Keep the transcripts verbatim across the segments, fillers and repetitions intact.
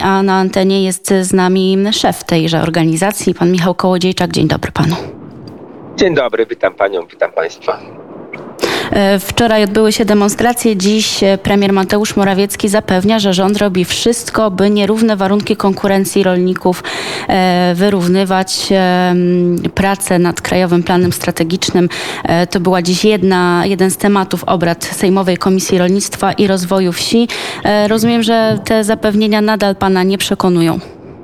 A na antenie jest z nami szef tejże organizacji, pan Michał Kołodziejczak. Dzień dobry panu. Dzień dobry, witam panią, witam państwa. Wczoraj odbyły się demonstracje, dziś premier Mateusz Morawiecki zapewnia, że rząd robi wszystko, by nierówne warunki konkurencji rolników wyrównywać. Pracę nad Krajowym Planem Strategicznym to była dziś jedna, jeden z tematów obrad Sejmowej Komisji Rolnictwa i Rozwoju Wsi. Rozumiem, że te zapewnienia nadal pana nie przekonują.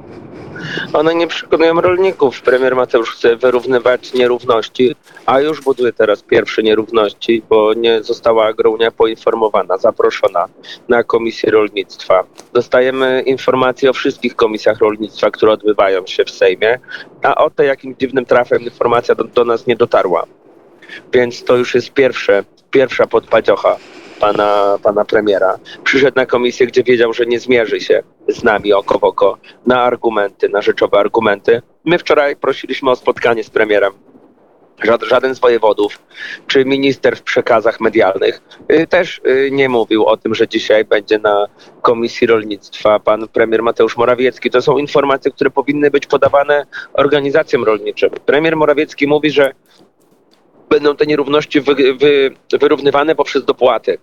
One nie przekonują rolników. Premier Mateusz chce wyrównywać nierówności, a już buduje teraz pierwsze nierówności, bo nie została Agrounia poinformowana, zaproszona na Komisję Rolnictwa. Dostajemy informacje o wszystkich komisjach rolnictwa, które odbywają się w Sejmie, a o tej jakimś dziwnym trafem informacja do, do nas nie dotarła. Więc to już jest pierwsze, pierwsza podpadziocha pana, pana premiera. Przyszedł na komisję, gdzie wiedział, że nie zmierzy się z nami oko w oko na argumenty, na rzeczowe argumenty. My wczoraj prosiliśmy o spotkanie z premierem. Żaden, żaden z wojewodów czy minister w przekazach medialnych y, też y, nie mówił o tym, że dzisiaj będzie na Komisji Rolnictwa pan premier Mateusz Morawiecki. To są informacje, które powinny być podawane organizacjom rolniczym. Premier Morawiecki mówi, że będą te nierówności wy, wy, wyrównywane poprzez dopłaty.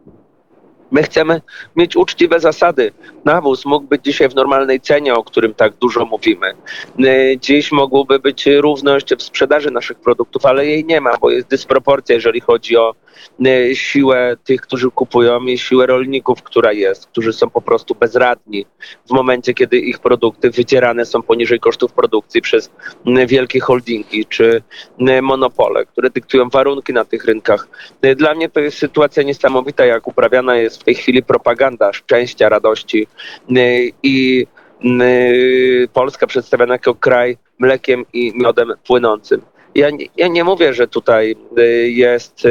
My chcemy mieć uczciwe zasady. Nawóz mógł być dzisiaj w normalnej cenie, o którym tak dużo mówimy. Dziś mogłoby być równość w sprzedaży naszych produktów, ale jej nie ma, bo jest dysproporcja, jeżeli chodzi o siłę tych, którzy kupują i siłę rolników, która jest, którzy są po prostu bezradni w momencie, kiedy ich produkty wycierane są poniżej kosztów produkcji przez wielkie holdingi czy monopole, które dyktują warunki na tych rynkach. Dla mnie to jest sytuacja niesamowita, jak uprawiana jest w tej chwili propaganda szczęścia, radości i Polska przedstawiana jako kraj mlekiem i miodem płynącym. Ja nie, ja nie mówię, że tutaj jest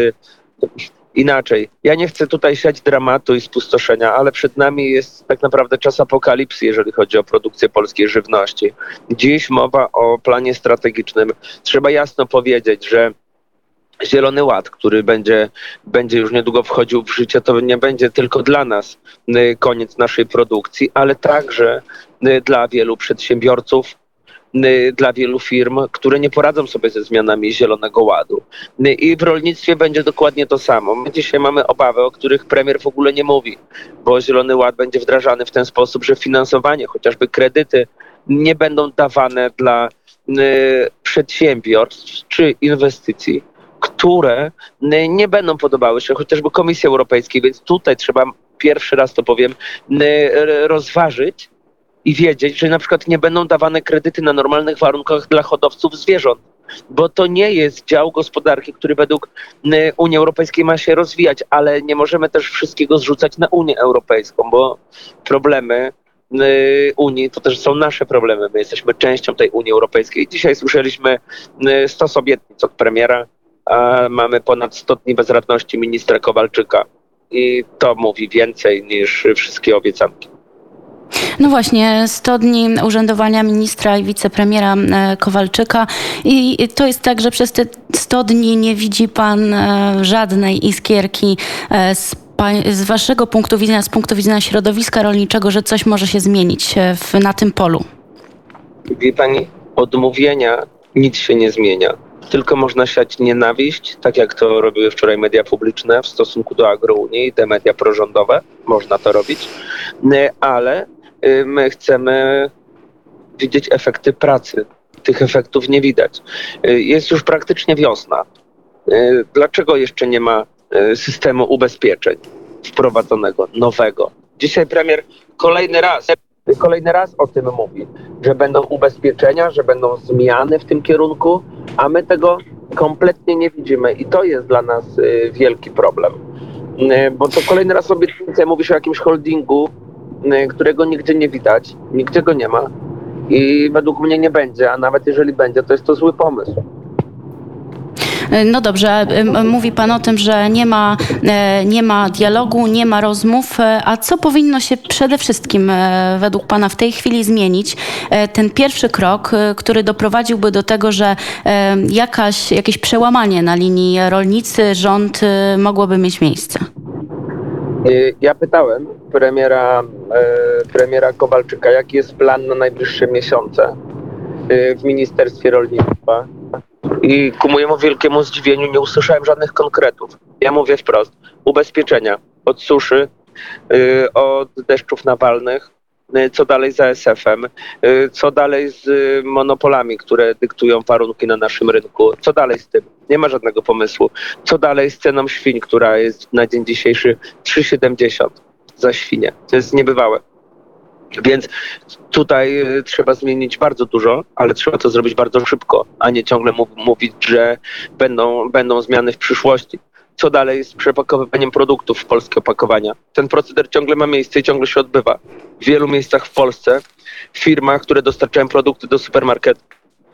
inaczej. Ja nie chcę tutaj siać dramatu i spustoszenia, ale przed nami jest tak naprawdę czas apokalipsy, jeżeli chodzi o produkcję polskiej żywności. Dziś mowa o planie strategicznym. Trzeba jasno powiedzieć, że Zielony Ład, który będzie, będzie już niedługo wchodził w życie, to nie będzie tylko dla nas koniec naszej produkcji, ale także dla wielu przedsiębiorców, dla wielu firm, które nie poradzą sobie ze zmianami Zielonego Ładu. I w rolnictwie będzie dokładnie to samo. My dzisiaj mamy obawy, o których premier w ogóle nie mówi, bo Zielony Ład będzie wdrażany w ten sposób, że finansowanie, chociażby kredyty, nie będą dawane dla przedsiębiorstw czy inwestycji, które nie będą podobały się chociażby Komisji Europejskiej, więc tutaj trzeba, pierwszy raz to powiem, rozważyć i wiedzieć, że na przykład nie będą dawane kredyty na normalnych warunkach dla hodowców zwierząt, bo to nie jest dział gospodarki, który według Unii Europejskiej ma się rozwijać, ale nie możemy też wszystkiego zrzucać na Unię Europejską, bo problemy Unii to też są nasze problemy. My jesteśmy częścią tej Unii Europejskiej. Dzisiaj słyszeliśmy stos obietnic od premiera, a mamy ponad sto dni bezradności ministra Kowalczyka i to mówi więcej niż wszystkie obiecanki. No właśnie, sto dni urzędowania ministra i wicepremiera Kowalczyka i to jest tak, że przez te sto dni nie widzi pan żadnej iskierki z, z waszego punktu widzenia, z punktu widzenia środowiska rolniczego, że coś może się zmienić w, na tym polu. Wie pani, od mówienia nic się nie zmienia. Tylko można siać nienawiść, tak jak to robiły wczoraj media publiczne w stosunku do Agrounii i te media prorządowe. Można to robić, ale my chcemy widzieć efekty pracy. Tych efektów nie widać. Jest już praktycznie wiosna. Dlaczego jeszcze nie ma systemu ubezpieczeń wprowadzonego, nowego? Dzisiaj premier kolejny raz Kolejny raz o tym mówi, że będą ubezpieczenia, że będą zmiany w tym kierunku, a my tego kompletnie nie widzimy i to jest dla nas y, wielki problem. Y, bo to kolejny raz obietnicę, mówi się o jakimś holdingu, y, którego nigdzie nie widać, nigdzie go nie ma i według mnie nie będzie, a nawet jeżeli będzie, to jest to zły pomysł. No dobrze, mówi pan o tym, że nie ma, nie ma dialogu, nie ma rozmów, a co powinno się przede wszystkim według pana w tej chwili zmienić? Ten pierwszy krok, który doprowadziłby do tego, że jakaś, jakieś przełamanie na linii rolnicy, rząd mogłoby mieć miejsce. Y, Ja pytałem premiera, e, premiera Kowalczyka, jaki jest plan na najbliższe miesiące y, w Ministerstwie Rolnictwa. I ku mojemu wielkiemu zdziwieniu nie usłyszałem żadnych konkretów. Ja mówię wprost, ubezpieczenia od suszy, y, od deszczów nawalnych, y, co dalej z A S F-em, y, co dalej z y, monopolami, które dyktują warunki na naszym rynku, co dalej z tym? Nie ma żadnego pomysłu. Co dalej z ceną świń, która jest na dzień dzisiejszy trzy siedemdziesiąt za świnię. To jest niebywałe. Więc tutaj y, trzeba zmienić bardzo dużo, ale trzeba to zrobić bardzo szybko, a nie ciągle mów, mówić, że będą, będą zmiany w przyszłości. Co dalej z przepakowywaniem produktów w polskie opakowania? Ten proceder ciągle ma miejsce i ciągle się odbywa. W wielu miejscach w Polsce, w firmach, które dostarczają produkty do supermarketu,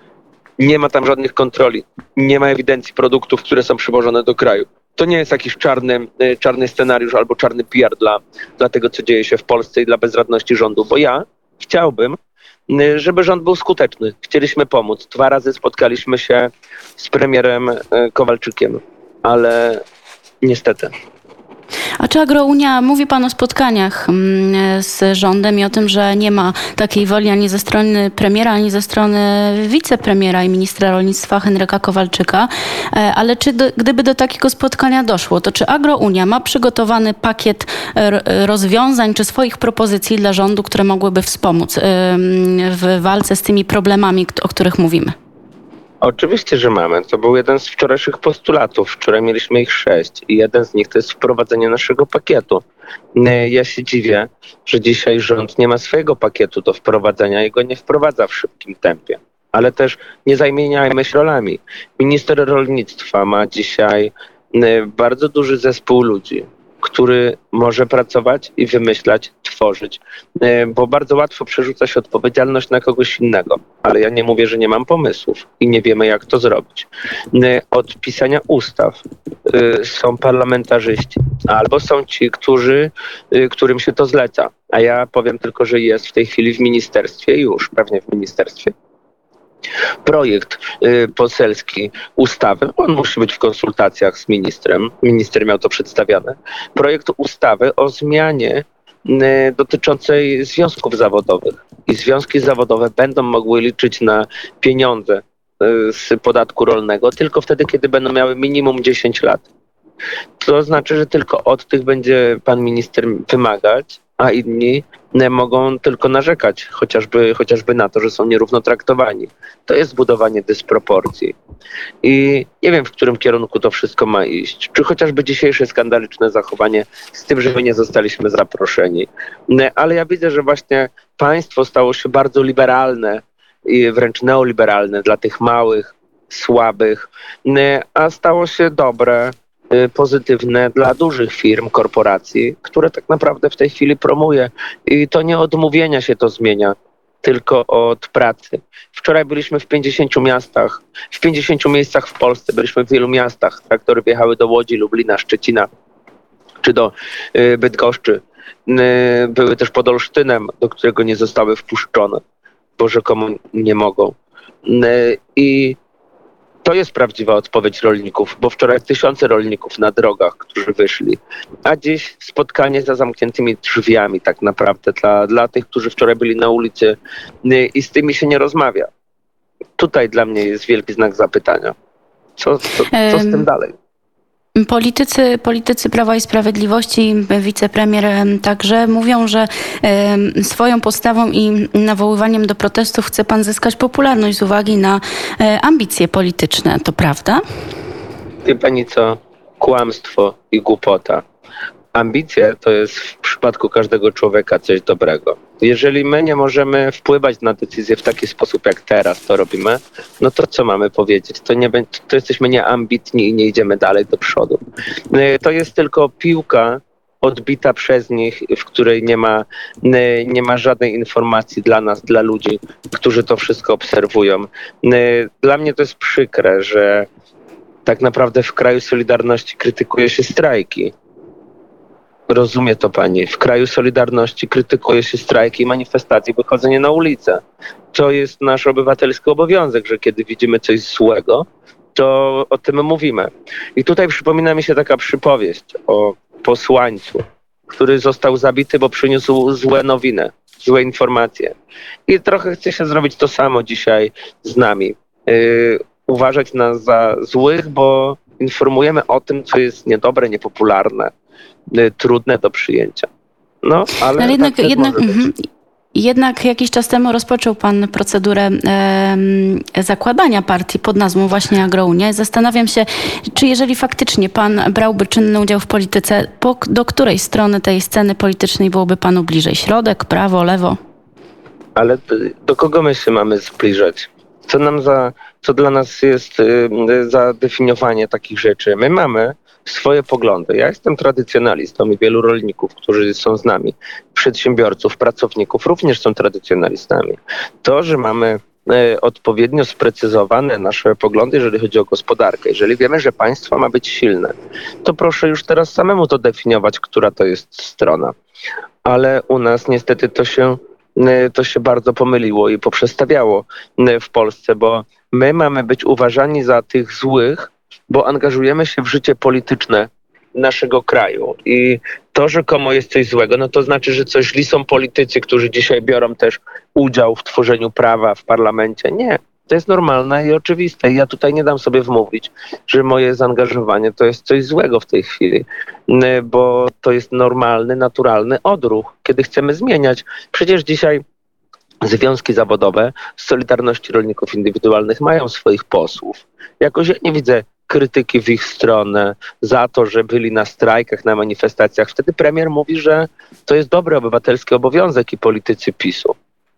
nie ma tam żadnych kontroli, nie ma ewidencji produktów, które są przywożone do kraju. To nie jest jakiś czarny, y, czarny scenariusz albo czarny P R dla, dla tego, co dzieje się w Polsce i dla bezradności rządu, bo ja chciałbym, y, żeby rząd był skuteczny. Chcieliśmy pomóc. Dwa razy spotkaliśmy się z premierem y, Kowalczykiem, ale niestety. A czy Agrounia, mówi pan o spotkaniach mm, z rządem i o tym, że nie ma takiej woli ani ze strony premiera, ani ze strony wicepremiera i ministra rolnictwa Henryka Kowalczyka, E, ale czy do, gdyby do takiego spotkania doszło, to czy Agrounia ma przygotowany pakiet r- rozwiązań czy swoich propozycji dla rządu, które mogłyby wspomóc ym, w walce z tymi problemami, kt- o których mówimy? Oczywiście, że mamy. To był jeden z wczorajszych postulatów. Wczoraj mieliśmy ich sześć i jeden z nich to jest wprowadzenie naszego pakietu. Y, Ja się dziwię, że dzisiaj rząd nie ma swojego pakietu do wprowadzenia i go nie wprowadza w szybkim tempie. Ale też nie zamieniajmy się rolami. Minister rolnictwa ma dzisiaj y, bardzo duży zespół ludzi, który może pracować i wymyślać, tworzyć, y, bo bardzo łatwo przerzuca się odpowiedzialność na kogoś innego. Ale ja nie mówię, że nie mam pomysłów i nie wiemy, jak to zrobić. Y, Od pisania ustaw y, są parlamentarzyści, albo są ci, którzy, y, którym się to zleca. A ja powiem tylko, że jest w tej chwili w ministerstwie, już pewnie w ministerstwie, projekt y, poselski ustawy, on musi być w konsultacjach z ministrem, minister miał to przedstawione, projekt ustawy o zmianie y, dotyczącej związków zawodowych. I związki zawodowe będą mogły liczyć na pieniądze y, z podatku rolnego tylko wtedy, kiedy będą miały minimum dziesięć lat. To znaczy, że tylko od tych będzie pan minister wymagać, a inni nie mogą tylko narzekać, chociażby, chociażby na to, że są nierówno traktowani. To jest budowanie dysproporcji. I nie wiem, w którym kierunku to wszystko ma iść. Czy chociażby dzisiejsze skandaliczne zachowanie z tym, że my nie zostaliśmy zaproszeni. Ale ja widzę, że właśnie państwo stało się bardzo liberalne i wręcz neoliberalne dla tych małych, słabych, a stało się dobre, pozytywne dla dużych firm, korporacji, które tak naprawdę w tej chwili promuje. I to nie od mówienia się to zmienia, tylko od pracy. Wczoraj byliśmy w pięćdziesięciu miastach, w pięćdziesięciu miejscach w Polsce, byliśmy w wielu miastach. Traktory wjechały do Łodzi, Lublina, Szczecina czy do y, Bydgoszczy. Y, były też pod Olsztynem, do którego nie zostały wpuszczone, bo rzekomo nie mogą. Y, I to jest prawdziwa odpowiedź rolników, bo wczoraj tysiące rolników na drogach, którzy wyszli, a dziś spotkanie za zamkniętymi drzwiami tak naprawdę dla, dla tych, którzy wczoraj byli na ulicy y, i z tymi się nie rozmawia. Tutaj dla mnie jest wielki znak zapytania. Co, co, co z tym dalej? Politycy, politycy Prawa i Sprawiedliwości, wicepremier em, także mówią, że em, swoją postawą i nawoływaniem do protestów chce pan zyskać popularność z uwagi na e, ambicje polityczne. To prawda? Wie pani co? Kłamstwo i głupota. Ambicje to jest w przypadku każdego człowieka coś dobrego. Jeżeli my nie możemy wpływać na decyzje w taki sposób, jak teraz to robimy, no to co mamy powiedzieć? To, nie, to jesteśmy nieambitni i nie idziemy dalej do przodu. To jest tylko piłka odbita przez nich, w której nie ma, nie ma żadnej informacji dla nas, dla ludzi, którzy to wszystko obserwują. Dla mnie to jest przykre, że tak naprawdę w kraju Solidarności krytykuje się strajki. Rozumie to pani. W kraju Solidarności krytykuje się strajki, manifestacje, wychodzenie na ulicę. To jest nasz obywatelski obowiązek, że kiedy widzimy coś złego, to o tym mówimy. I tutaj przypomina mi się taka przypowieść o posłańcu, który został zabity, bo przyniósł złe nowiny, złe informacje. I trochę chce się zrobić to samo dzisiaj z nami. Yy, uważać nas za złych, bo informujemy o tym, co jest niedobre, niepopularne, yy, trudne do przyjęcia. No, ale, ale jednak, tak też jednak, może być. mhm. Jednak jakiś czas temu rozpoczął pan procedurę e, zakładania partii pod nazwą właśnie Agrounia. Zastanawiam się, czy jeżeli faktycznie pan brałby czynny udział w polityce, po, do której strony tej sceny politycznej byłoby panu bliżej? Środek, prawo, lewo? Ale do kogo my się mamy zbliżać? Co nam za, co dla nas jest y, za definiowanie takich rzeczy? My mamy swoje poglądy. Ja jestem tradycjonalistą i wielu rolników, którzy są z nami, przedsiębiorców, pracowników również są tradycjonalistami. To, że mamy y, odpowiednio sprecyzowane nasze poglądy, jeżeli chodzi o gospodarkę, jeżeli wiemy, że państwo ma być silne, to proszę już teraz samemu to definiować, która to jest strona. Ale u nas niestety to się to się bardzo pomyliło i poprzestawiało w Polsce, bo my mamy być uważani za tych złych, bo angażujemy się w życie polityczne naszego kraju. I to, że komu jest coś złego, no to znaczy, że coś źli są politycy, którzy dzisiaj biorą też udział w tworzeniu prawa w parlamencie. Nie. To jest normalne i oczywiste. Ja tutaj nie dam sobie wmówić, że moje zaangażowanie to jest coś złego w tej chwili, bo to jest normalny, naturalny odruch, kiedy chcemy zmieniać. Przecież dzisiaj związki zawodowe z Solidarności Rolników Indywidualnych mają swoich posłów. Jakoś ja nie widzę krytyki w ich stronę za to, że byli na strajkach, na manifestacjach. Wtedy premier mówi, że to jest dobry obywatelski obowiązek i politycy PiSu.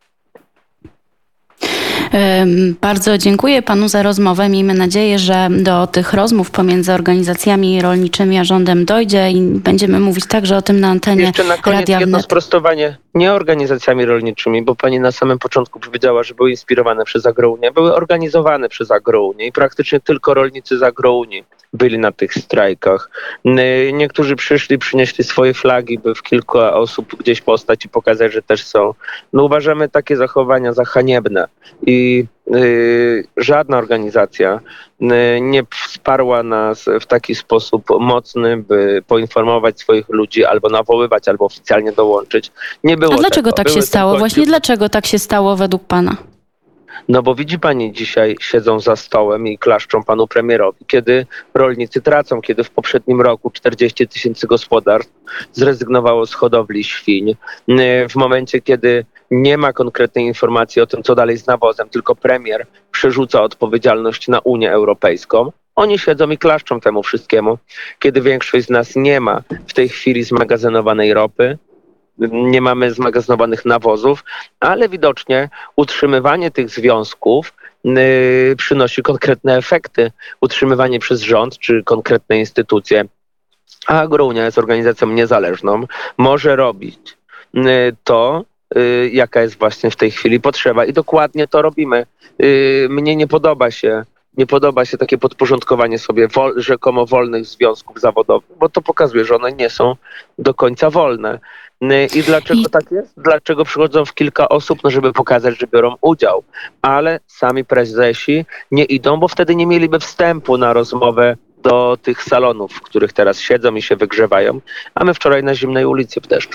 Bardzo dziękuję panu za rozmowę. Miejmy nadzieję, że do tych rozmów pomiędzy organizacjami rolniczymi a rządem dojdzie i będziemy mówić także o tym na antenie Jeszcze na koniec Radia jedno Wnet. sprostowanie. Nie organizacjami rolniczymi, bo pani na samym początku powiedziała, że były inspirowane przez Agrounię. Były organizowane przez Agrounię i praktycznie tylko rolnicy z Agrounii byli na tych strajkach. Niektórzy przyszli, przynieśli swoje flagi, by w kilka osób gdzieś postać i pokazać, że też są. No uważamy takie zachowania za haniebne i yy, żadna organizacja yy, nie wsparła nas w taki sposób mocny, by poinformować swoich ludzi albo nawoływać, albo oficjalnie dołączyć. Nie było A dlaczego tego. tak Były się stało? tylko- Właśnie dlaczego tak się stało według pana? No bo widzi pani, dzisiaj siedzą za stołem i klaszczą panu premierowi, kiedy rolnicy tracą, kiedy w poprzednim roku czterdzieści tysięcy gospodarstw zrezygnowało z hodowli świń. W momencie, kiedy nie ma konkretnej informacji o tym, co dalej z nawozem, tylko premier przerzuca odpowiedzialność na Unię Europejską. Oni siedzą i klaszczą temu wszystkiemu, kiedy większość z nas nie ma w tej chwili zmagazynowanej ropy, nie mamy zmagazynowanych nawozów, ale widocznie utrzymywanie tych związków yy, przynosi konkretne efekty. Utrzymywanie przez rząd czy konkretne instytucje. A Agrounia jest organizacją niezależną, może robić yy, to, yy, jaka jest właśnie w tej chwili potrzeba i dokładnie to robimy. Yy, mnie nie podoba się Nie podoba się takie podporządkowanie sobie wol, rzekomo wolnych związków zawodowych, bo to pokazuje, że one nie są do końca wolne. I dlaczego I... tak jest? Dlaczego przychodzą w kilka osób, no żeby pokazać, że biorą udział, ale sami prezesi nie idą, bo wtedy nie mieliby wstępu na rozmowę do tych salonów, w których teraz siedzą i się wygrzewają, a my wczoraj na zimnej ulicy w deszczu.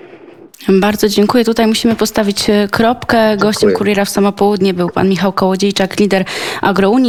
Bardzo dziękuję. Tutaj musimy postawić kropkę. Gościem Dziękuję. Kuriera w samo południe był pan Michał Kołodziejczak, lider Agrounii.